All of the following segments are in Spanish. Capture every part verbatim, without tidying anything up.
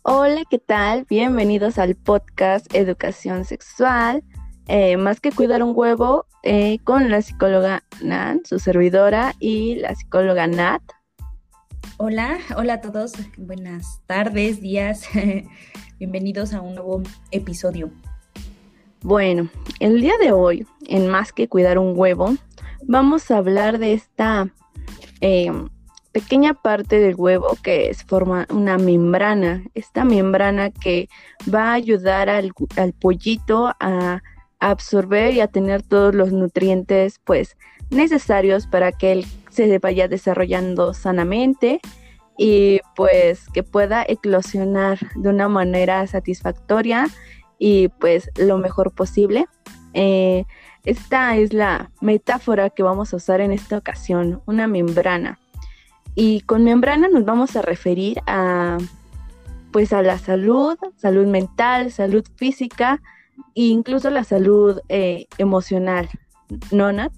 Hola, ¿qué tal? Bienvenidos al podcast Educación Sexual, eh, más que cuidar un huevo, eh, con la psicóloga Nan, su servidora, y la psicóloga Nat. Hola, hola a todos, buenas tardes, días, bienvenidos a un nuevo episodio. Bueno, el día de hoy, en Más que cuidar un huevo, vamos a hablar de esta eh, pequeña parte del huevo que es forma una membrana, esta membrana que va a ayudar al, al pollito a absorber y a tener todos los nutrientes pues necesarios para que él se vaya desarrollando sanamente y pues que pueda eclosionar de una manera satisfactoria y pues lo mejor posible. Eh, esta es la metáfora que vamos a usar en esta ocasión, una membrana. Y con membrana nos vamos a referir a pues a la salud, salud mental, salud física e incluso la salud eh, emocional, ¿no, Nat?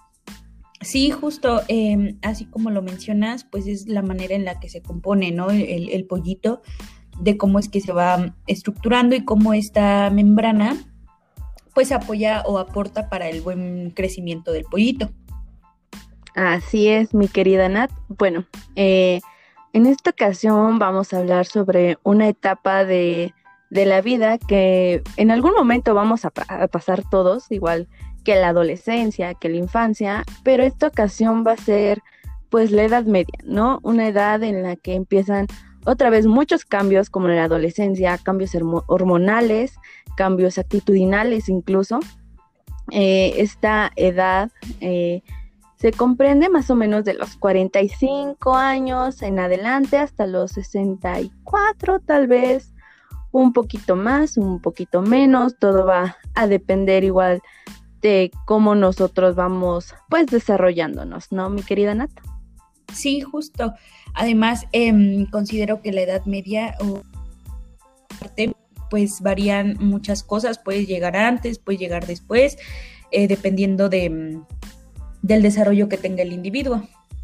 Sí, justo, eh, así como lo mencionas, pues es la manera en la que se compone, ¿no? El, el pollito, de cómo es que se va estructurando y cómo esta membrana pues apoya o aporta para el buen crecimiento del pollito. Así es, mi querida Nat. Bueno, eh, en esta ocasión vamos a hablar sobre una etapa de, de la vida que en algún momento vamos a, pa- a pasar todos, igual que la adolescencia, que la infancia, pero esta ocasión va a ser pues la edad media, ¿no? Una edad en la que empiezan otra vez muchos cambios como en la adolescencia, cambios hormo- hormonales, cambios actitudinales incluso. Eh, esta edad eh, se comprende más o menos de los cuarenta y cinco años en adelante hasta los sesenta y cuatro, tal vez un poquito más, un poquito menos, todo va a depender igual de cómo nosotros vamos pues desarrollándonos, ¿no, mi querida Nat? Sí, justo. Además, eh, considero que la edad media o parte, pues varían muchas cosas, puede llegar antes, puede llegar después, eh, dependiendo de, del desarrollo que tenga el individuo.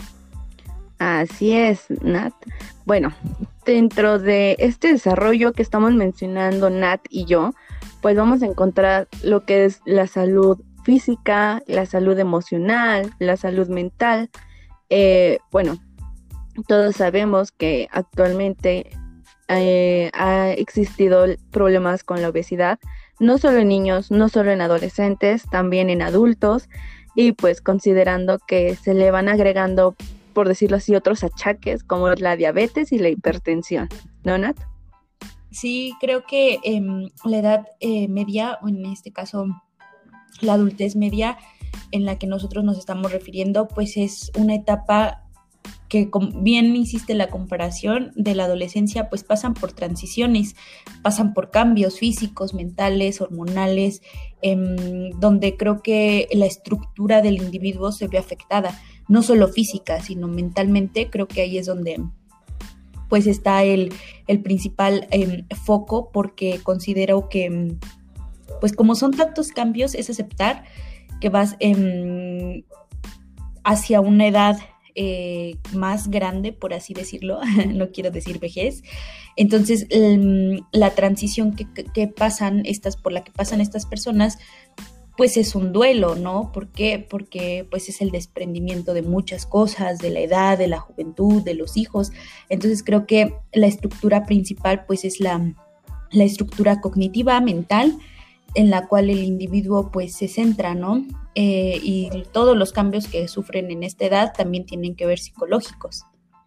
Así es, Nat. Bueno, dentro de este desarrollo que estamos mencionando Nat y yo, pues vamos a encontrar lo que es la salud física, la salud emocional, la salud mental. Eh, bueno, todos sabemos que actualmente eh, ha existido problemas con la obesidad, no solo en niños, no solo en adolescentes, también en adultos, y pues considerando que se le van agregando, por decirlo así, otros achaques como la diabetes y la hipertensión, ¿no, Nat? Sí, creo que eh, la edad eh, media, o en este caso la adultez media, en la que nosotros nos estamos refiriendo, pues es una etapa que, como bien hiciste la comparación de la adolescencia, pues pasan por transiciones, pasan por cambios físicos, mentales, hormonales, eh, donde creo que la estructura del individuo se ve afectada, no solo física, sino mentalmente. Creo que ahí es donde pues está el, el principal eh, foco, porque considero que pues como son tantos cambios, es aceptar que vas eh, hacia una edad eh, más grande, por así decirlo, no quiero decir vejez. Entonces, um, la transición que, que, pasan estas, por la que pasan estas personas, pues es un duelo, ¿no? ¿Por qué? Porque pues es el desprendimiento de muchas cosas, de la edad, de la juventud, de los hijos. Entonces creo que la estructura principal pues es la, la estructura cognitiva, mental, en la cual el individuo pues se centra, ¿no? Eh, y todos los cambios que sufren en esta edad también tienen que ver psicológicos.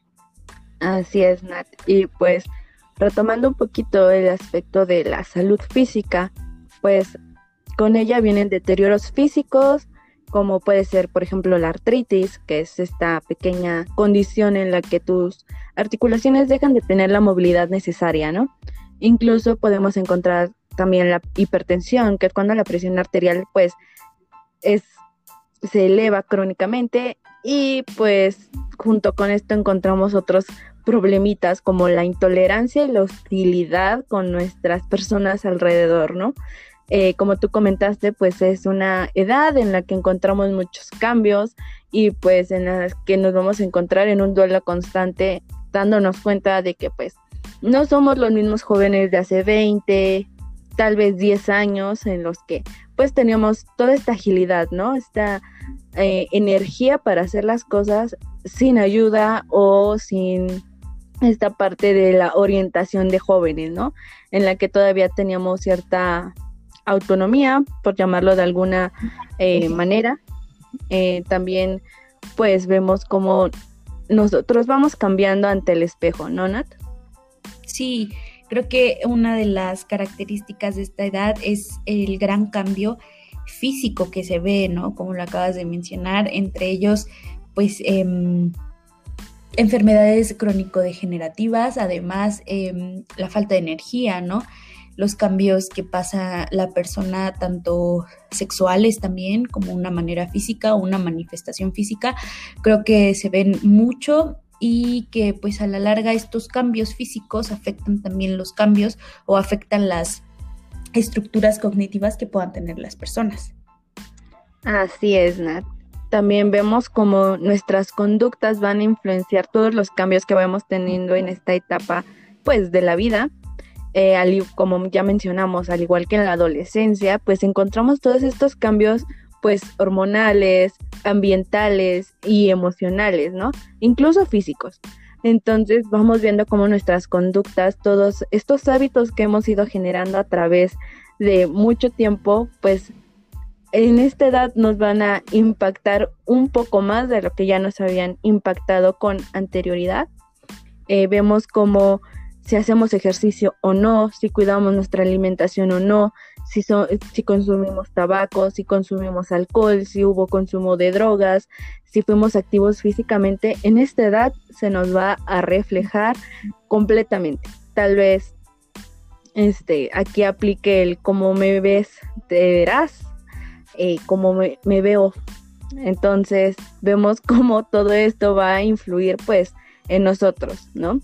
Así es, Nat. Y pues retomando un poquito el aspecto de la salud física, pues con ella vienen deterioros físicos, como puede ser, por ejemplo, la artritis, que es esta pequeña condición en la que tus articulaciones dejan de tener la movilidad necesaria, ¿no? Incluso podemos encontrar también la hipertensión, que es cuando la presión arterial, pues, es, se eleva crónicamente y, pues, junto con esto encontramos otros problemitas como la intolerancia y la hostilidad con nuestras personas alrededor, ¿no? Eh, como tú comentaste, pues es una edad en la que encontramos muchos cambios y pues en las que nos vamos a encontrar en un duelo constante, dándonos cuenta de que pues no somos los mismos jóvenes de hace veinte, tal vez diez años en los que pues teníamos toda esta agilidad, ¿no? Esta eh, energía para hacer las cosas sin ayuda o sin esta parte de la orientación de jóvenes, ¿no? En la que todavía teníamos cierta autonomía, por llamarlo de alguna eh, manera. Eh, también pues vemos cómo nosotros vamos cambiando ante el espejo, ¿no, Nat? Sí, creo que una de las características de esta edad es el gran cambio físico que se ve, ¿no? Como lo acabas de mencionar, entre ellos, pues, eh, enfermedades crónico-degenerativas, además, eh, la falta de energía, ¿no? Los cambios que pasa la persona, tanto sexuales también, como una manera física o una manifestación física, creo que se ven mucho y que pues a la larga estos cambios físicos afectan también los cambios o afectan las estructuras cognitivas que puedan tener las personas. Así es, Nat. También vemos cómo nuestras conductas van a influenciar todos los cambios que vamos teniendo en esta etapa pues de la vida. Eh, al, como ya mencionamos, al igual que en la adolescencia, pues encontramos todos estos cambios pues hormonales, ambientales y emocionales, ¿no? Incluso físicos. Entonces vamos viendo cómo nuestras conductas, todos estos hábitos que hemos ido generando a través de mucho tiempo, pues en esta edad nos van a impactar un poco más de lo que ya nos habían impactado con anterioridad. Eh, vemos cómo si hacemos ejercicio o no, si cuidamos nuestra alimentación o no, si, so, si consumimos tabaco, si consumimos alcohol, si hubo consumo de drogas, si fuimos activos físicamente, en esta edad se nos va a reflejar completamente. Tal vez este, aquí aplique el cómo me ves, te verás, eh, cómo me, me veo. Entonces vemos cómo todo esto va a influir pues en nosotros, ¿no?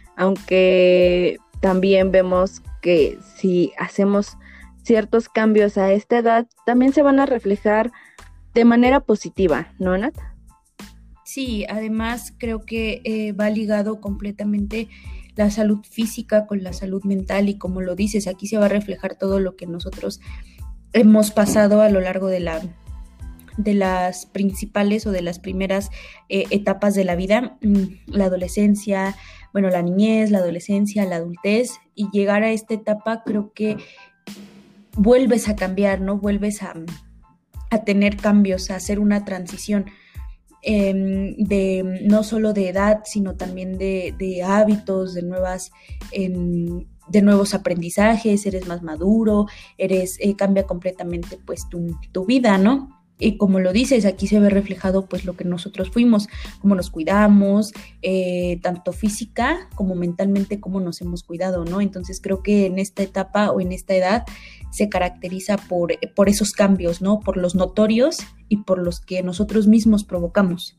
Aunque también vemos que si hacemos ciertos cambios a esta edad, también se van a reflejar de manera positiva, ¿no, Nat? Sí, además creo que eh, va ligado completamente la salud física con la salud mental y como lo dices, aquí se va a reflejar todo lo que nosotros hemos pasado a lo largo de la de las principales o de las primeras eh, etapas de la vida, la adolescencia, bueno, la niñez, la adolescencia, la adultez, y llegar a esta etapa creo que vuelves a cambiar, ¿no? Vuelves a, a tener cambios, a hacer una transición eh, de no solo de edad, sino también de, de hábitos, de nuevas... Eh, de nuevos aprendizajes, eres más maduro, eres, eh, cambia completamente pues tu, tu vida, ¿no? Y como lo dices, aquí se ve reflejado pues lo que nosotros fuimos, cómo nos cuidamos, eh, tanto física como mentalmente, cómo nos hemos cuidado, ¿no? Entonces creo que en esta etapa o en esta edad se caracteriza por, por esos cambios, ¿no? Por los notorios y por los que nosotros mismos provocamos.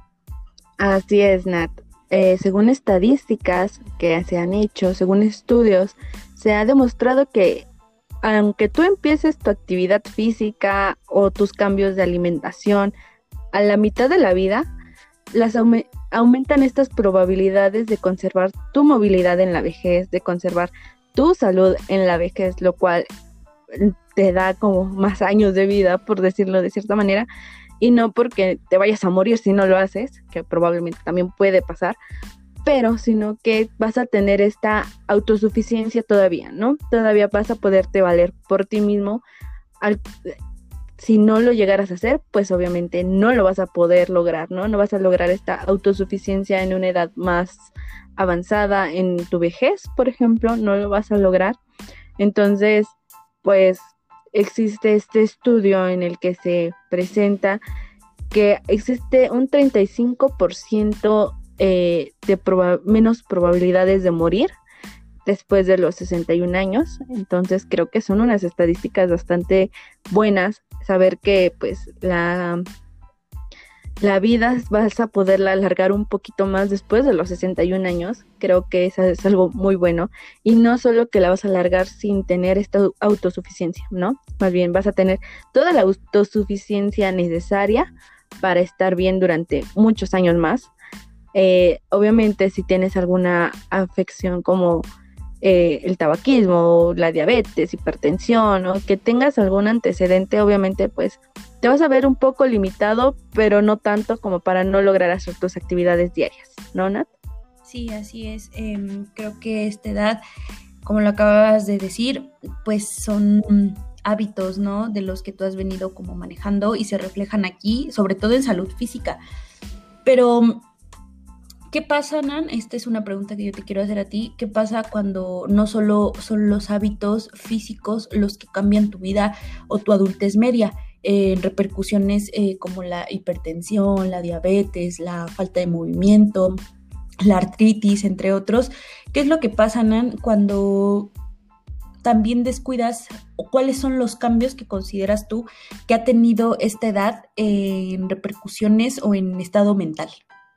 Así es, Nat. Eh, según estadísticas que se han hecho, según estudios, se ha demostrado que aunque tú empieces tu actividad física o tus cambios de alimentación a la mitad de la vida, las aume- aumentan estas probabilidades de conservar tu movilidad en la vejez, de conservar tu salud en la vejez, lo cual te da como más años de vida, por decirlo de cierta manera, y no porque te vayas a morir si no lo haces, que probablemente también puede pasar, pero sino que vas a tener esta autosuficiencia todavía, ¿no? Todavía vas a poderte valer por ti mismo. Al, si no lo llegaras a hacer, pues obviamente no lo vas a poder lograr, ¿no? No vas a lograr esta autosuficiencia en una edad más avanzada, en tu vejez, por ejemplo, no lo vas a lograr. Entonces, pues existe este estudio en el que se presenta que existe un treinta y cinco por ciento eh, de proba- menos probabilidades de morir después de los sesenta y un años. Entonces creo que son unas estadísticas bastante buenas, saber que pues la, la vida vas a poderla alargar un poquito más después de los sesenta y un años. Creo que eso es algo muy bueno, y no solo que la vas a alargar sin tener esta autosuficiencia, ¿no? Más bien vas a tener toda la autosuficiencia necesaria para estar bien durante muchos años más. Eh, obviamente si tienes alguna afección como eh, el tabaquismo, la diabetes, hipertensión, o que tengas algún antecedente, obviamente pues te vas a ver un poco limitado, pero no tanto como para no lograr hacer tus actividades diarias, ¿no, Nat? Sí, así es. Em, creo que esta edad, como lo acabas de decir, pues son hábitos, ¿no? De los que tú has venido como manejando y se reflejan aquí, sobre todo en salud física. Pero, ¿qué pasa, Nan? Esta es una pregunta que yo te quiero hacer a ti. ¿Qué pasa cuando no solo son los hábitos físicos los que cambian tu vida o tu adultez media? En repercusiones eh, como la hipertensión, la diabetes, la falta de movimiento, la artritis, entre otros. ¿Qué es lo que pasa, Nan, cuando también descuidas o cuáles son los cambios que consideras tú que ha tenido esta edad eh, en repercusiones o en estado mental?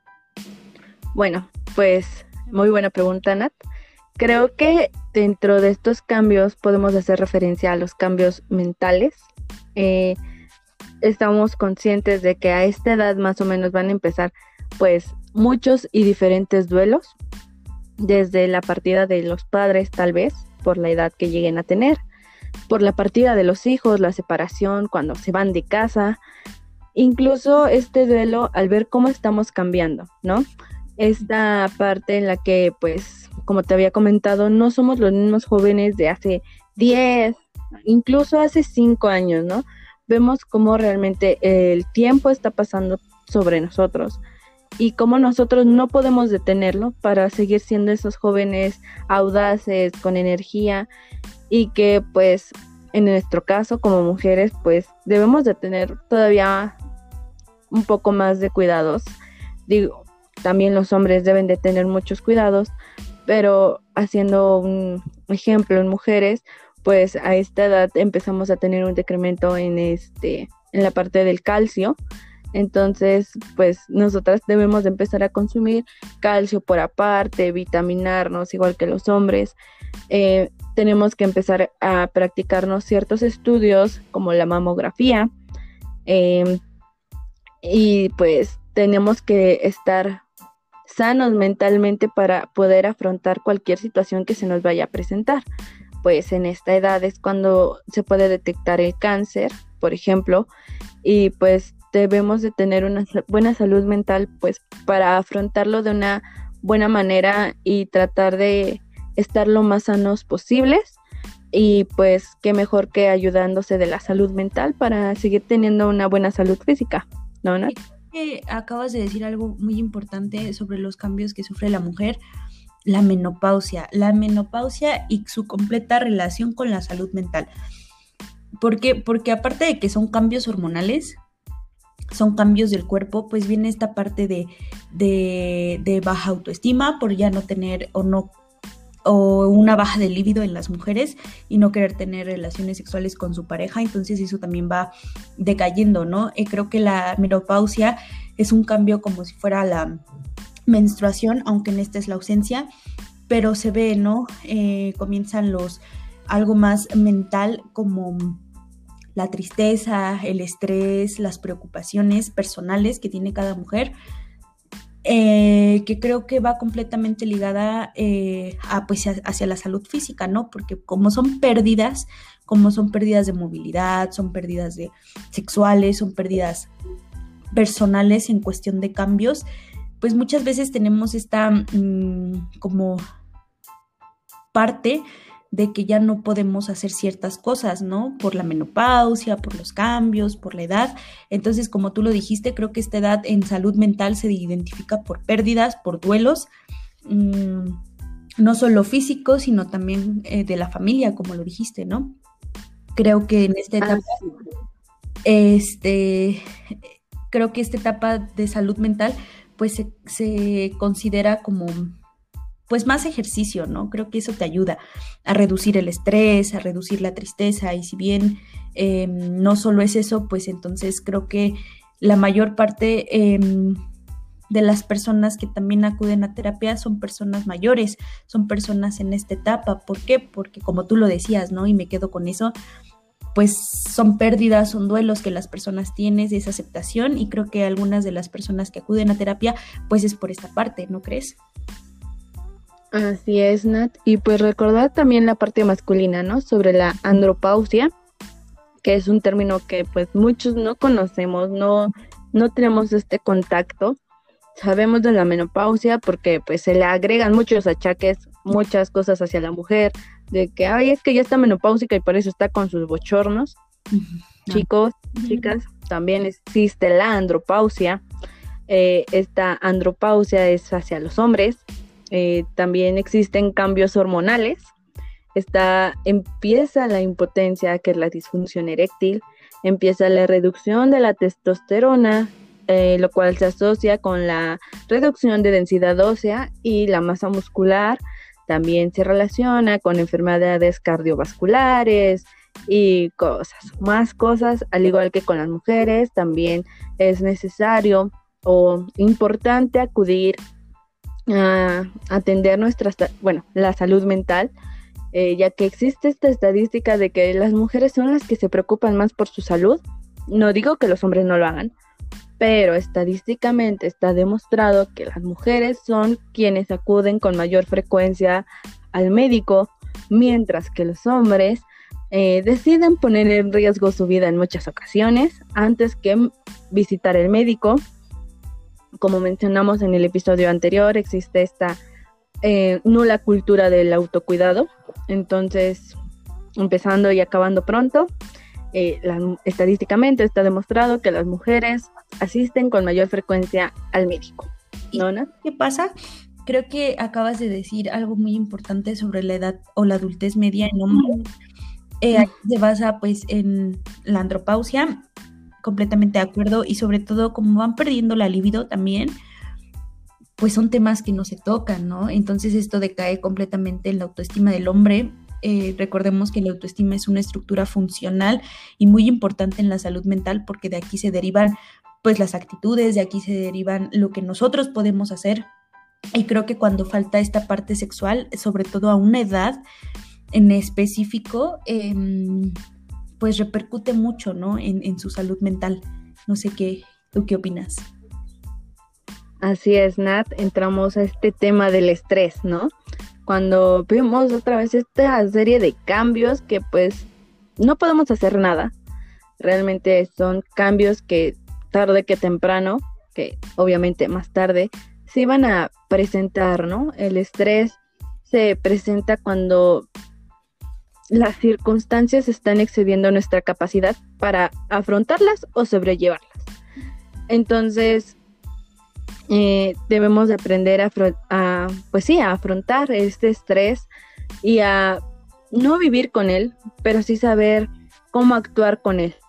Bueno, pues muy buena pregunta, Nat. Creo que dentro de estos cambios podemos hacer referencia a los cambios mentales. Eh, estamos conscientes de que a esta edad más o menos van a empezar pues muchos y diferentes duelos, desde la partida de los padres tal vez, por la edad que lleguen a tener, por la partida de los hijos, la separación, cuando se van de casa, incluso este duelo al ver cómo estamos cambiando, ¿no? Esta parte en la que, pues, como te había comentado, no somos los mismos jóvenes de hace diez, incluso hace cinco años, ¿no? Vemos cómo realmente el tiempo está pasando sobre nosotros y cómo nosotros no podemos detenerlo para seguir siendo esos jóvenes audaces, con energía, y que, pues, en nuestro caso, como mujeres, pues, debemos de tener todavía un poco más de cuidados. Digo, también los hombres deben de tener muchos cuidados, pero haciendo un ejemplo en mujeres, pues a esta edad empezamos a tener un decremento en este, en la parte del calcio. Entonces, pues nosotras debemos de empezar a consumir calcio por aparte, vitaminarnos igual que los hombres. Eh, tenemos que empezar a practicarnos ciertos estudios como la mamografía, eh, y pues tenemos que estar sanos mentalmente para poder afrontar cualquier situación que se nos vaya a presentar. Pues en esta edad es cuando se puede detectar el cáncer, por ejemplo, y pues debemos de tener una buena salud mental pues para afrontarlo de una buena manera y tratar de estar lo más sanos posibles, y pues qué mejor que ayudándose de la salud mental para seguir teniendo una buena salud física, ¿no, Nat? Que acabas de decir algo muy importante sobre los cambios que sufre la mujer, la menopausia, la menopausia y su completa relación con la salud mental. ¿Por qué? Porque aparte de que son cambios hormonales, son cambios del cuerpo, pues viene esta parte de, de, de baja autoestima por ya no tener o no o una baja de libido en las mujeres y no querer tener relaciones sexuales con su pareja, entonces eso también va decayendo, ¿no? Eh, creo que la menopausia es un cambio como si fuera la menstruación, aunque en esta es la ausencia, pero se ve, ¿no? Eh, comienzan los, algo más mental como la tristeza, el estrés, las preocupaciones personales que tiene cada mujer, Eh, que creo que va completamente ligada eh, a, pues, hacia la salud física, ¿no? Porque como son pérdidas, como son pérdidas de movilidad, son pérdidas de sexuales, son pérdidas personales en cuestión de cambios, pues muchas veces tenemos esta mmm, como parte de que ya no podemos hacer ciertas cosas, ¿no? Por la menopausia, por los cambios, por la edad. Entonces, como tú lo dijiste, creo que esta edad en salud mental se identifica por pérdidas, por duelos, mmm, no solo físicos, sino también eh, de la familia, como lo dijiste, ¿no? Creo que en esta etapa, este, creo que esta etapa de salud mental, pues se, se considera como pues más ejercicio, ¿no? Creo que eso te ayuda a reducir el estrés, a reducir la tristeza, y si bien eh, no solo es eso, pues entonces creo que la mayor parte eh, de las personas que también acuden a terapia son personas mayores, son personas en esta etapa. ¿Por qué? Porque como tú lo decías, ¿no? Y me quedo con eso, pues son pérdidas, son duelos que las personas tienen, esa aceptación, y creo que algunas de las personas que acuden a terapia, pues es por esta parte, ¿no crees? Así es, Nat. Y pues recordar también la parte masculina, ¿no? Sobre la andropausia, que es un término que pues muchos no conocemos, no, no tenemos este contacto. Sabemos de la menopausia porque pues se le agregan muchos achaques, muchas cosas hacia la mujer, de que, ay, es que ya está menopáusica y por eso está con sus bochornos. Uh-huh. Chicos, uh-huh. chicas, también existe la andropausia. Eh, esta andropausia es hacia los hombres. Eh, también existen cambios hormonales. Está, empieza la impotencia, que es la disfunción eréctil. Empieza la reducción de la testosterona, Eh, lo cual se asocia con la reducción de densidad ósea y la masa muscular. También se relaciona con enfermedades cardiovasculares y cosas, más cosas, al igual que con las mujeres. También es necesario o importante acudir a atender nuestra, bueno, la salud mental, eh, ya que existe esta estadística de que las mujeres son las que se preocupan más por su salud. No digo que los hombres no lo hagan, pero estadísticamente está demostrado que las mujeres son quienes acuden con mayor frecuencia al médico, mientras que los hombres eh, deciden poner en riesgo su vida en muchas ocasiones antes que visitar el médico. Como mencionamos en el episodio anterior, existe esta eh, nula cultura del autocuidado. Entonces, empezando y acabando pronto, eh, la, estadísticamente está demostrado que las mujeres asisten con mayor frecuencia al médico. ¿No, Nat? ¿Qué pasa? Creo que acabas de decir algo muy importante sobre la edad o la adultez media en hombres. Eh, aquí se basa pues en la andropausia, completamente de acuerdo, y sobre todo como van perdiendo la libido también, pues son temas que no se tocan, ¿no? Entonces esto decae completamente en la autoestima del hombre. Eh, recordemos que la autoestima es una estructura funcional y muy importante en la salud mental, porque de aquí se derivan pues las actitudes, de aquí se derivan lo que nosotros podemos hacer. Y creo que cuando falta esta parte sexual, sobre todo a una edad en específico, eh, pues repercute mucho, ¿no? En, en su salud mental. No sé qué, ¿tú qué opinas? Así es, Nat, entramos a este tema del estrés, ¿no? Cuando vemos otra vez esta serie de cambios que pues no podemos hacer nada. Realmente son cambios que tarde que temprano, que obviamente más tarde, se iban a presentar, ¿no? El estrés se presenta cuando las circunstancias están excediendo nuestra capacidad para afrontarlas o sobrellevarlas. Entonces, eh, debemos de aprender a, a, pues sí, a afrontar este estrés y a no vivir con él, pero sí saber cómo actuar con él.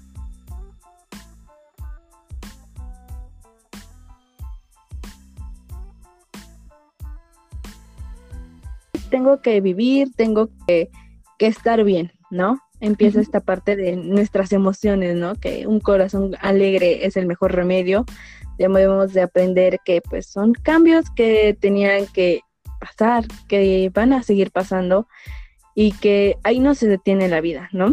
Tengo que vivir, tengo que, que estar bien, ¿no? Empieza uh-huh. esta parte de nuestras emociones, ¿no? Que un corazón alegre es el mejor remedio. Debemos de aprender que pues son cambios que tenían que pasar, que van a seguir pasando y que ahí no se detiene la vida, ¿no?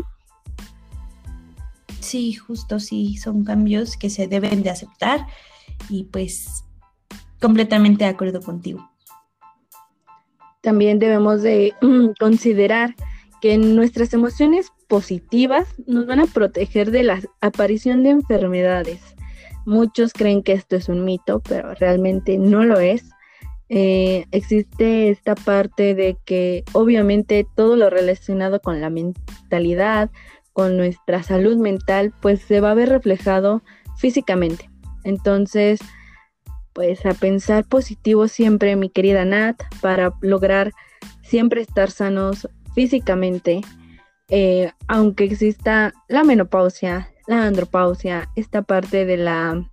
Sí, justo sí, son cambios que se deben de aceptar y pues completamente de acuerdo contigo. También debemos de mm, considerar que nuestras emociones positivas nos van a proteger de la aparición de enfermedades. Muchos creen que esto es un mito, pero realmente no lo es. Eh, existe esta parte de que obviamente todo lo relacionado con la mentalidad, con nuestra salud mental, pues se va a ver reflejado físicamente. Entonces, pues a pensar positivo siempre, mi querida Nat, para lograr siempre estar sanos físicamente, eh, aunque exista la menopausia, la andropausia, esta parte de la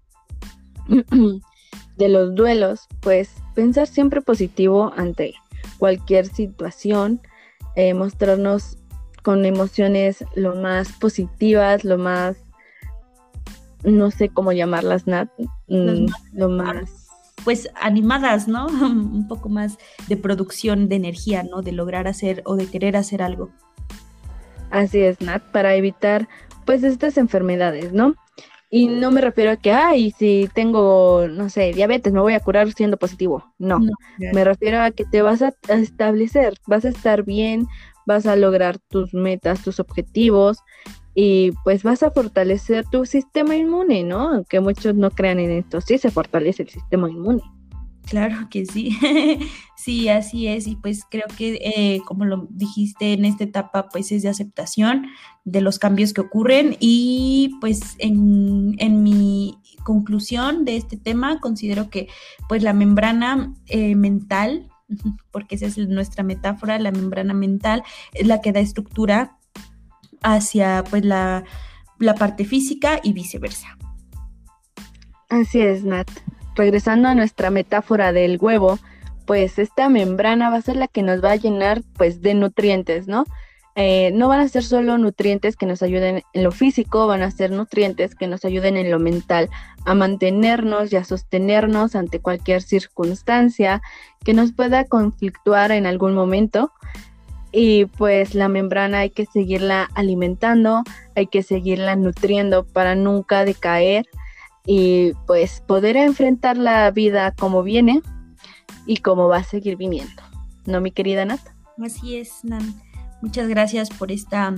de los duelos, pues pensar siempre positivo ante cualquier situación, eh, mostrarnos con emociones lo más positivas, lo más, no sé cómo llamarlas, Nat, mm, lo más... pues animadas, ¿no? Un poco más de producción de energía, ¿no? De lograr hacer o de querer hacer algo. Así es, Nat, para evitar pues estas enfermedades, ¿no? Y no me refiero a que, ay, si tengo, no sé, diabetes, me voy a curar siendo positivo. No, No, claro. me refiero a que te vas a a establecer, vas a estar bien, vas a lograr tus metas, tus objetivos y pues vas a fortalecer tu sistema inmune, ¿no? Aunque muchos no crean en esto, sí se fortalece el sistema inmune. Claro que sí, sí, así es, y pues creo que eh, como lo dijiste en esta etapa, pues es de aceptación de los cambios que ocurren y pues en, en mi conclusión de este tema considero que pues la membrana eh, mental, porque esa es nuestra metáfora, la membrana mental es la que da estructura hacia pues la, la parte física y viceversa. Así es, Nat. Regresando a nuestra metáfora del huevo, pues esta membrana va a ser la que nos va a llenar pues de nutrientes, ¿no? Eh, no van a ser solo nutrientes que nos ayuden en lo físico, van a ser nutrientes que nos ayuden en lo mental, a mantenernos y a sostenernos ante cualquier circunstancia que nos pueda conflictuar en algún momento. Y pues la membrana hay que seguirla alimentando, hay que seguirla nutriendo para nunca decaer y pues poder enfrentar la vida como viene y como va a seguir viniendo. ¿No, mi querida Nat? Así es, Nan. Muchas gracias por esta,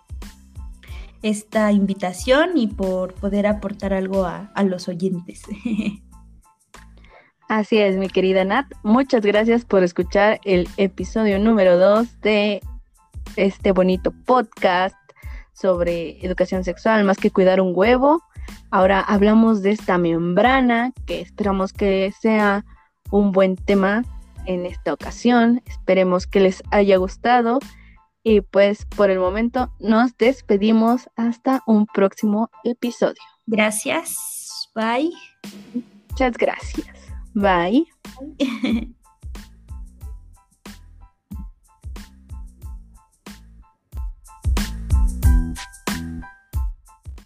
esta invitación y por poder aportar algo a, a los oyentes. Así es, mi querida Nat. Muchas gracias por escuchar el episodio número dos de este bonito podcast sobre educación sexual, más que cuidar un huevo. Ahora hablamos de esta membrana, que esperamos que sea un buen tema en esta ocasión. Esperemos que les haya gustado. Y pues por el momento nos despedimos hasta un próximo episodio. Gracias. Bye. Muchas gracias. Bye. Bye.